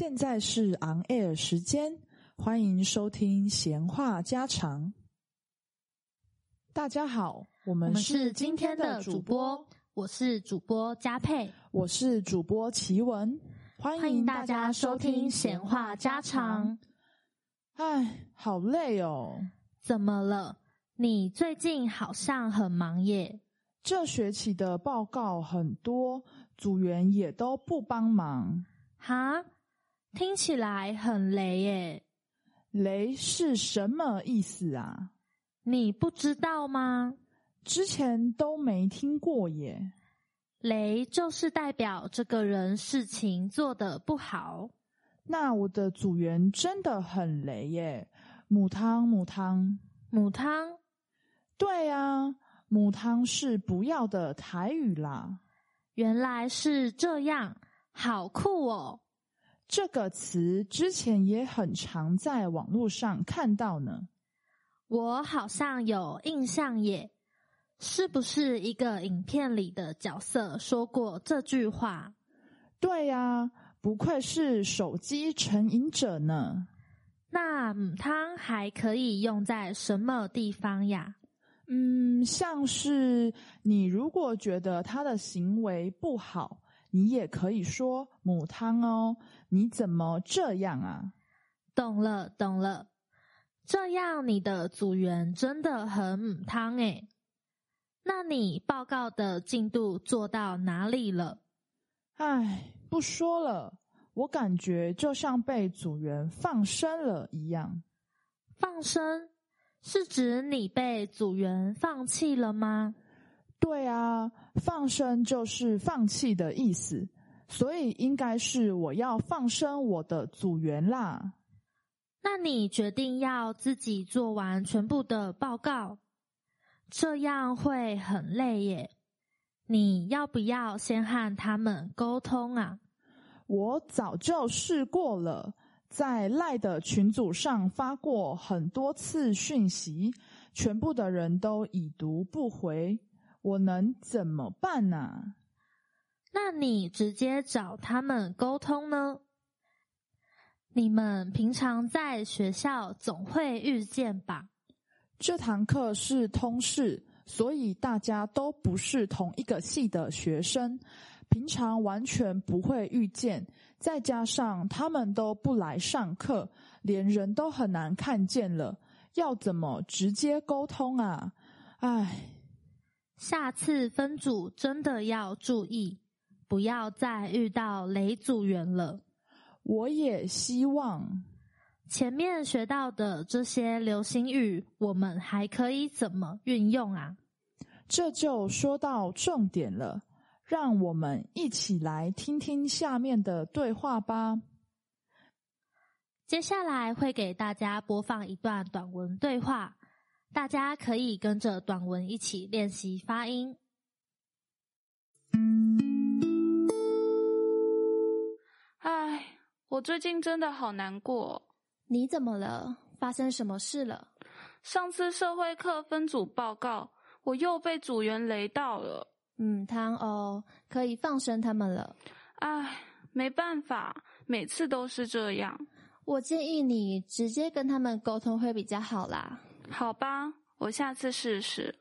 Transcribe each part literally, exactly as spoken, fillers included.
现在是 on air 时间，欢迎收听闲话家常。大家好，我们是今天的主播， 我是主播佳佩， 我是主播奇文，欢迎大家收听闲话家常。唉，好累哦。 怎么了？你最近好像很忙耶。 这学期的报告很多，组员也都不帮忙。 哈？听起来很雷耶。 雷是什么意思啊？ 你不知道吗？ 之前都没听过耶。 雷就是代表这个人事情做得不好。 那我的组员真的很雷耶，母汤母汤。 母汤？ 对啊，母汤是不要的台语啦。 原来是这样，好酷哦。 这个词之前也很常在网络上看到呢。 我好像有印象耶，是不是一个影片里的角色说过这句话？ 对啊，不愧是手机成瘾者呢。 那母汤还可以用在什么地方呀？ 嗯，像是你如果觉得他的行为不好，你也可以说母汤哦，你怎么这样啊？ 懂了懂了，这样你的组员真的很母汤诶。那你报告的进度做到哪里了？ 唉，不说了，我感觉就像被组员放生了一样。 放生？是指你被组员放弃了吗？ 对啊，放生就是放弃的意思，所以应该是我要放生我的组员啦。 那你决定要自己做完全部的报告，这样会很累耶。你要不要先和他们沟通啊？ 我早就试过了，在 LINE 的群组上发过很多次讯息，全部的人都已读不回，我能怎么办啊？ 那你直接找他们沟通呢？你们平常在学校总会遇见吧？ 这堂课是通识，所以大家都不是同一个系的学生，平常完全不会遇见，再加上他们都不来上课，连人都很难看见了，要怎么直接沟通啊？唉， 下次分组真的要注意，不要再遇到雷组员了。 我也希望。 前面学到的这些流行语，我们还可以怎么运用啊？ 这就说到重点了，让我们一起来听听下面的对话吧。 接下来会给大家播放一段短文对话，大家可以跟着短文一起练习发音。 唉，我最近真的好难过。 你怎么了？发生什么事了？ 上次社会课分组报告，我又被组员雷到了。 嗯，汤哦，可以放生他们了。 唉，没办法，每次都是这样。 我建议你直接跟他们沟通会比较好啦。 好吧，我下次试试。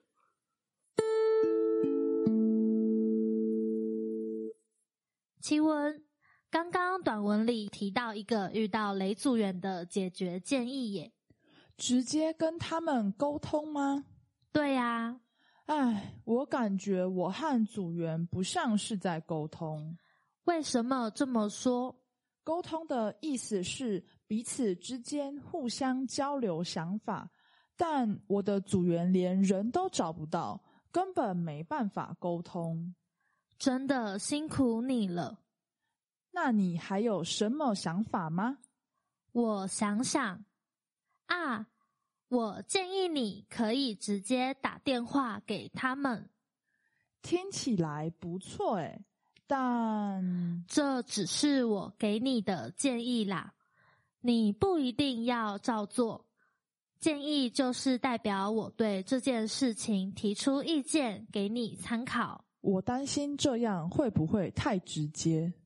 奇文，刚刚短文里提到一个遇到雷组员的解决建议耶。 直接跟他们沟通吗？ 对啊。 唉，我感觉我和组员不像是在沟通。 为什么这么说？ 沟通的意思是彼此之间互相交流想法，但我的组员连人都找不到，根本没办法沟通。 真的辛苦你了。 那你还有什么想法吗？ 我想想啊，我建议你可以直接打电话给他们。 听起来不错诶，但这只是我给你的建议啦，你不一定要照做。建议就是代表我对这件事情提出意见，给你参考。 我担心这样会不会太直接？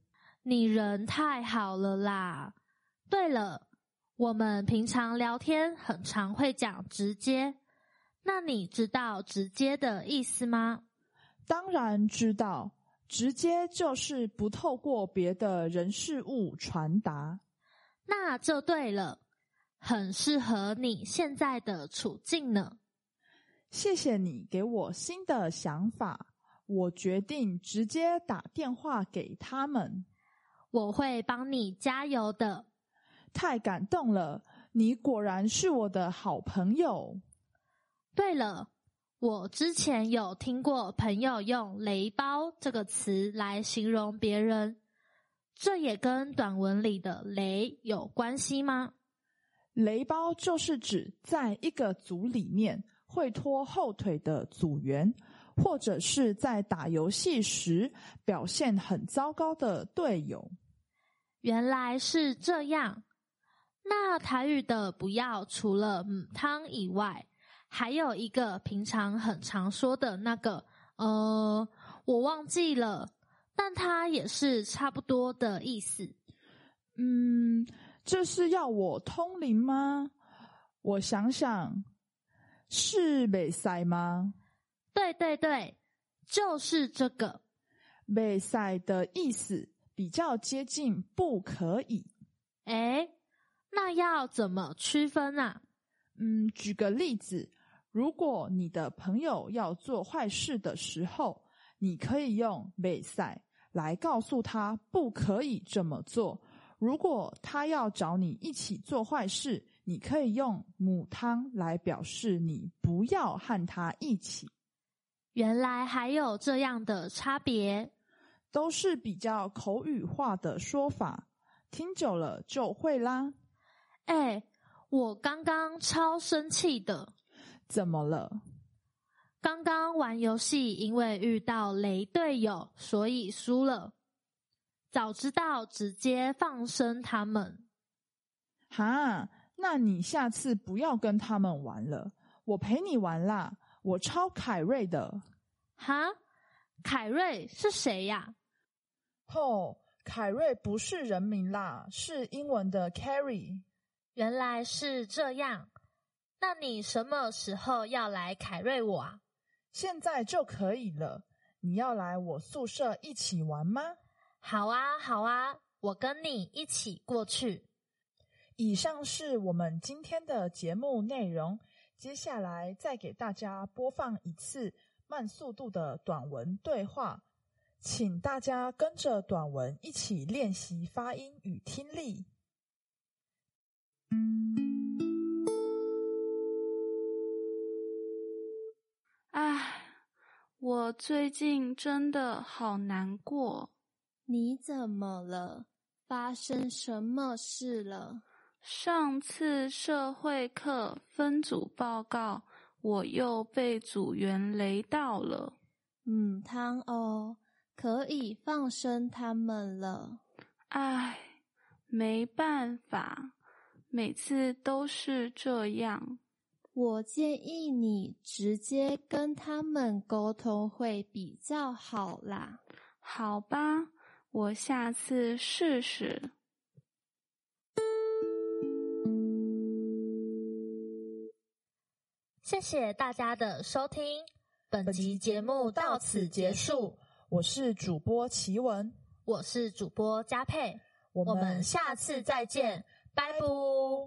你人太好了啦。对了，我们平常聊天很常会讲直接，那你知道直接的意思吗？ 当然知道，直接就是不透过别的人事物传达。 那就对了，很适合你现在的处境呢。 谢谢你给我新的想法，我决定直接打电话给他们。 我会帮你加油的。 太感动了，你果然是我的好朋友。 对了，我之前有听过朋友用雷包这个词来形容别人，这也跟短文里的雷有关系吗？ 雷包就是指在一个组里面会拖后腿的组员，或者是在打游戏时表现很糟糕的队友。 原来是这样。那台语的不要除了母汤以外，还有一个平常很常说的那个呃，我忘记了，但它也是差不多的意思。 嗯，这是要我通灵吗？我想想，是袂使吗？ 对对对，就是这个。 袂使的意思比较接近不可以。 诶，那要怎么区分啊？ 嗯，举个例子，如果你的朋友要做坏事的时候，你可以用袂使来告诉他不可以这么做。如果他要找你一起做坏事，你可以用母汤来表示你不要和他一起。 原来还有这样的差别， 都是比较口语化的说法，听久了就会啦。 哎，我刚刚超生气的。 怎么了？ 刚刚玩游戏，因为遇到雷队友，所以输了。早知道直接放生他们。 哈，那你下次不要跟他们玩了，我陪你玩啦，我超凯瑞的。 哈？凯瑞是谁呀？ 哦，凯瑞不是人名啦，是英文的 Carrie。 原来是这样。那你什么时候要来凯瑞我啊？ 现在就可以了。你要来我宿舍一起玩吗？ 好啊，好啊，我跟你一起过去。 以上是我们今天的节目内容，接下来再给大家播放一次慢速度的短文对话，请大家跟着短文一起练习发音与听力。 唉，我最近真的好难过。 你怎么了？发生什么事了？ 上次社会课分组报告，我又被组员雷到了。 嗯，汤哦，可以放生他们了。 唉，没办法，每次都是这样。 我建议你直接跟他们沟通会比较好啦。 好吧，我下次试试。 谢谢大家的收听，本集节目到此结束。 我是主播奇文， 我是主播佳佩， 我我们下次再见，拜拜。